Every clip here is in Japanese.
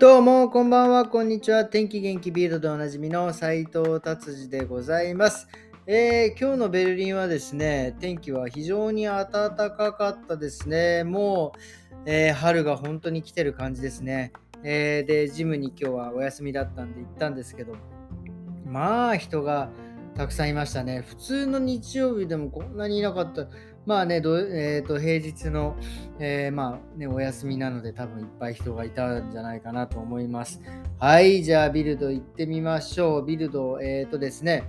どうも、こんばんは、こんにちは。天気元気ビルドでおなじみの斉藤達治でございます。今日のベルリンはですね、天気は非常に暖かかったですね。もう、春が本当に来てる感じですね。で、ジムに今日はお休みだったんで行ったんですけど、まあ、人がたくさんいましたね。普通の日曜日でもこんなにいなかった。まあね、平日の、お休みなので多分いっぱい人がいたんじゃないかなと思います。はい、じゃあビルド行ってみましょう。ビルド、ですね、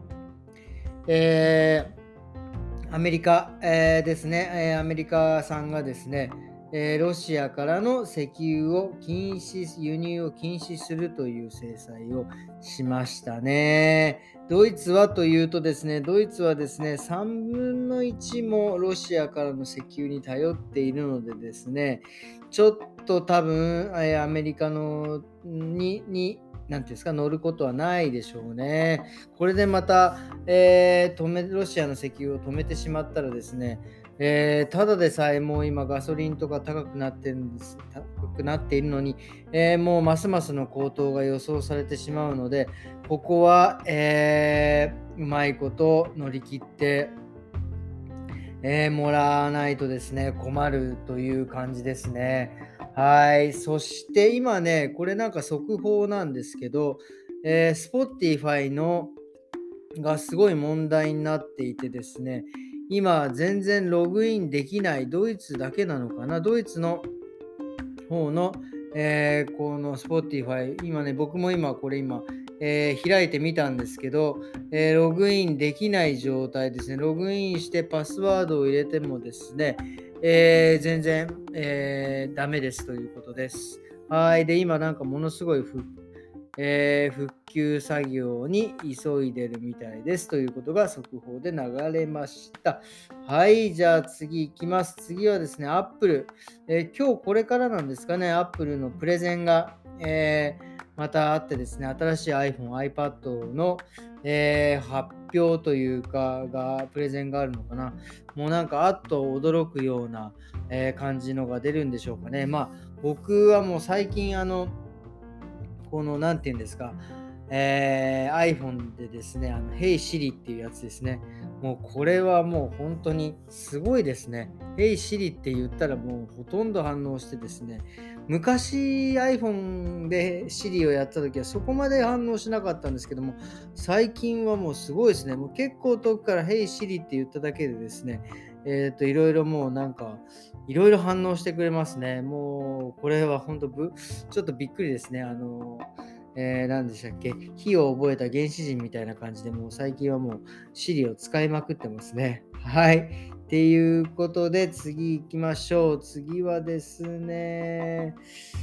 えーアメリカ、ですね、アメリカさんがですね、ロシアからの石油を輸入を禁止するという制裁をしましたね。ドイツはというとですね、ドイツはですね、3分の1もロシアからの石油に頼っているのでですね、ちょっと多分、アメリカのなんていうんですか、乗ることはないでしょうね。これでまた、ロシアの石油を止めてしまったらですね、ただでさえもう今ガソリンとか高くなっているのに、もうますますの高騰が予想されてしまうので、ここは、うまいこと乗り切って、もらわないとですね、困るという感じですね。はい。そして今ね、これなんか速報なんですけど、Spotify がすごい問題になっていてですね、今全然ログインできない、ドイツだけなのかな、ドイツの方の、この Spotify、今ね、僕も今、開いてみたんですけど、ログインできない状態ですね。ログインしてパスワードを入れてもですね、全然、ダメですということです。はい。で、今なんかものすごい復旧作業に急いでるみたいですということが速報で流れました。はい、じゃあ次行きます。次はですね、Apple。今日これからなんですかね、Apple のプレゼンが、またあってですね、新しい iPhone、iPad の、発表というか、プレゼンがあるのかな。もうなんかあっと驚くような、感じのが出るんでしょうかね。まあ、僕はもう最近この、なんていうんですか、iPhone でですね、Hey Siri っていうやつですね。もうこれはもう本当にすごいですね。Hey Siri って言ったらもうほとんど反応してですね、昔 iPhone で Siri をやった時はそこまで反応しなかったんですけども、最近はもうすごいですね。もう結構遠くから Hey Siri って言っただけでですね、いろいろもうなんか、いろいろ反応してくれますね。もうこれは本当ちょっとびっくりですね。何でしたっけ、火を覚えた原始人みたいな感じで、もう最近はもう Siri を使いまくってますね。はい。っていうことで、次行きましょう。次はですね、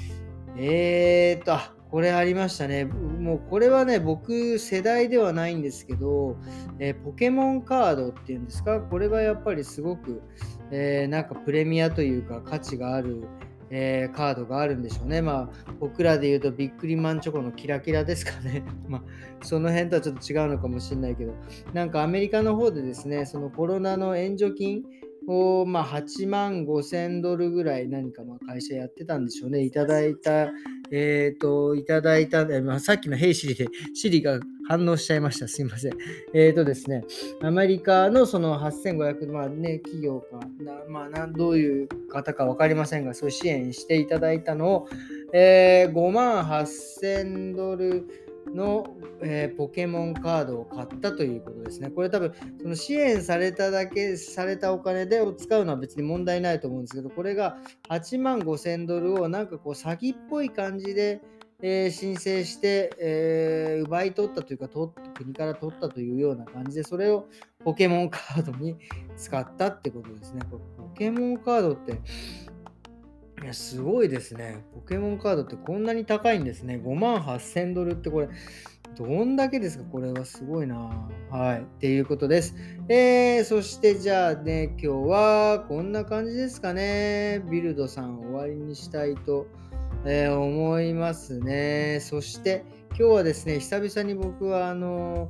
これありましたね。もうこれはね、僕世代ではないんですけど、ポケモンカードっていうんですか、これがやっぱりすごく、なんかプレミアというか価値がある、カードがあるんでしょうね。まあ、僕らで言うとビックリマンチョコのキラキラですかね。まあ、その辺とはちょっと違うのかもしれないけど、なんかアメリカの方でですね、そのコロナの援助金を、8万5千ドルぐらい何か会社やってたんでしょうね。いただいた、さっきの兵士で、シリが反応しちゃいました。すいません。ですね、アメリカのその8500、企業かどういう方か分かりませんが、そういう支援していただいたのを、5万8000ドルの、ポケモンカードを買ったということですね。これ多分、その支援されたお金で使うのは別に問題ないと思うんですけど、これが8万5000ドルをなんかこう詐欺っぽい感じで、申請して、奪い取ったというか、国から取ったというような感じで、それをポケモンカードに使ったってことですね。これポケモンカードって、いや、すごいですね。ポケモンカードってこんなに高いんですね。5万8000ドルってこれ、どんだけですか？これはすごいな。はい。っていうことです。そしてじゃあね、今日はこんな感じですかね。ビルドさん終わりにしたいと、思いますね。そして今日はですね、久々に僕は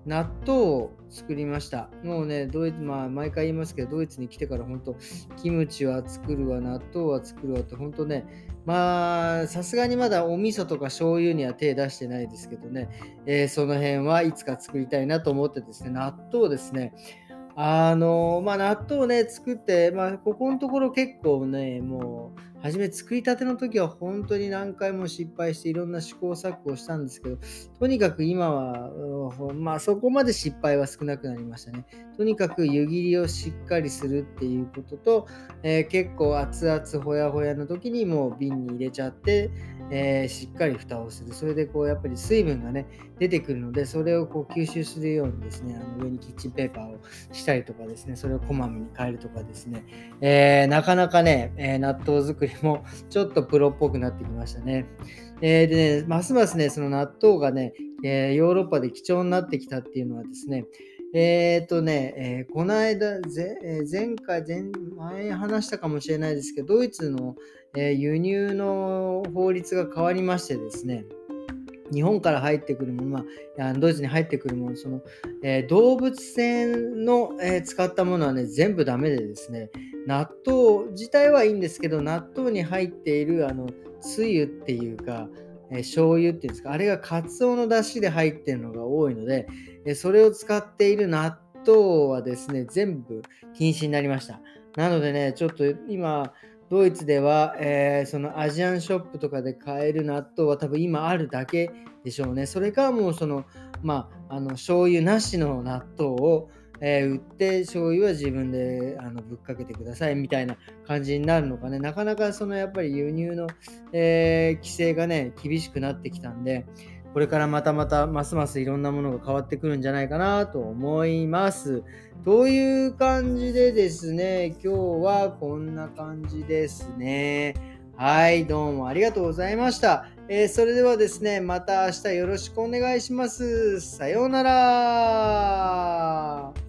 納豆を作りました。もうね、ドイツ、毎回言いますけど、ドイツに来てから本当、キムチは作るわ、納豆は作るわって本当ね、さすがにまだお味噌とか醤油には手出してないですけどね、その辺はいつか作りたいなと思ってですね、納豆ですね。納豆ね、作って、ここのところ結構ね、もう、初め作りたての時は本当に何回も失敗していろんな試行錯誤をしたんですけど、とにかく今は、そこまで失敗は少なくなりましたね。とにかく湯切りをしっかりするっていうことと、結構熱々ほやほやの時にもう瓶に入れちゃって、しっかり蓋をする。それでこうやっぱり水分がね、出てくるので、それをこう吸収するようにですね、上にキッチンペーパーをしたりとかですね、それをこまめに変えるとかですね、なかなかね、納豆作りもちょっとプロっぽくなってきましたね。でね、ますますね、その納豆がね、ヨーロッパで貴重になってきたっていうのはですね、この間、前回、前話したかもしれないですけど、ドイツの、輸入の法律が変わりましてですね、日本から入ってくるもの、ドイツに入ってくるもの、動物性の、使ったものはね、全部ダメでですね、納豆自体はいいんですけど、納豆に入っているつゆっていうか、醤油っていうんですか、あれがカツオの出汁で入ってるのが多いので、それを使っている納豆はですね、全部禁止になりました。なのでね、ちょっと今、ドイツでは、そのアジアンショップとかで買える納豆は多分今あるだけでしょうね。それかもう醤油なしの納豆を、売って醤油は自分でぶっかけてくださいみたいな感じになるのかね。なかなかそのやっぱり輸入の、規制がね、厳しくなってきたんで、これからまたますますいろんなものが変わってくるんじゃないかなと思います。という感じでですね、今日はこんな感じですね。はい、どうもありがとうございました。それではですね、また明日よろしくお願いします。さようなら。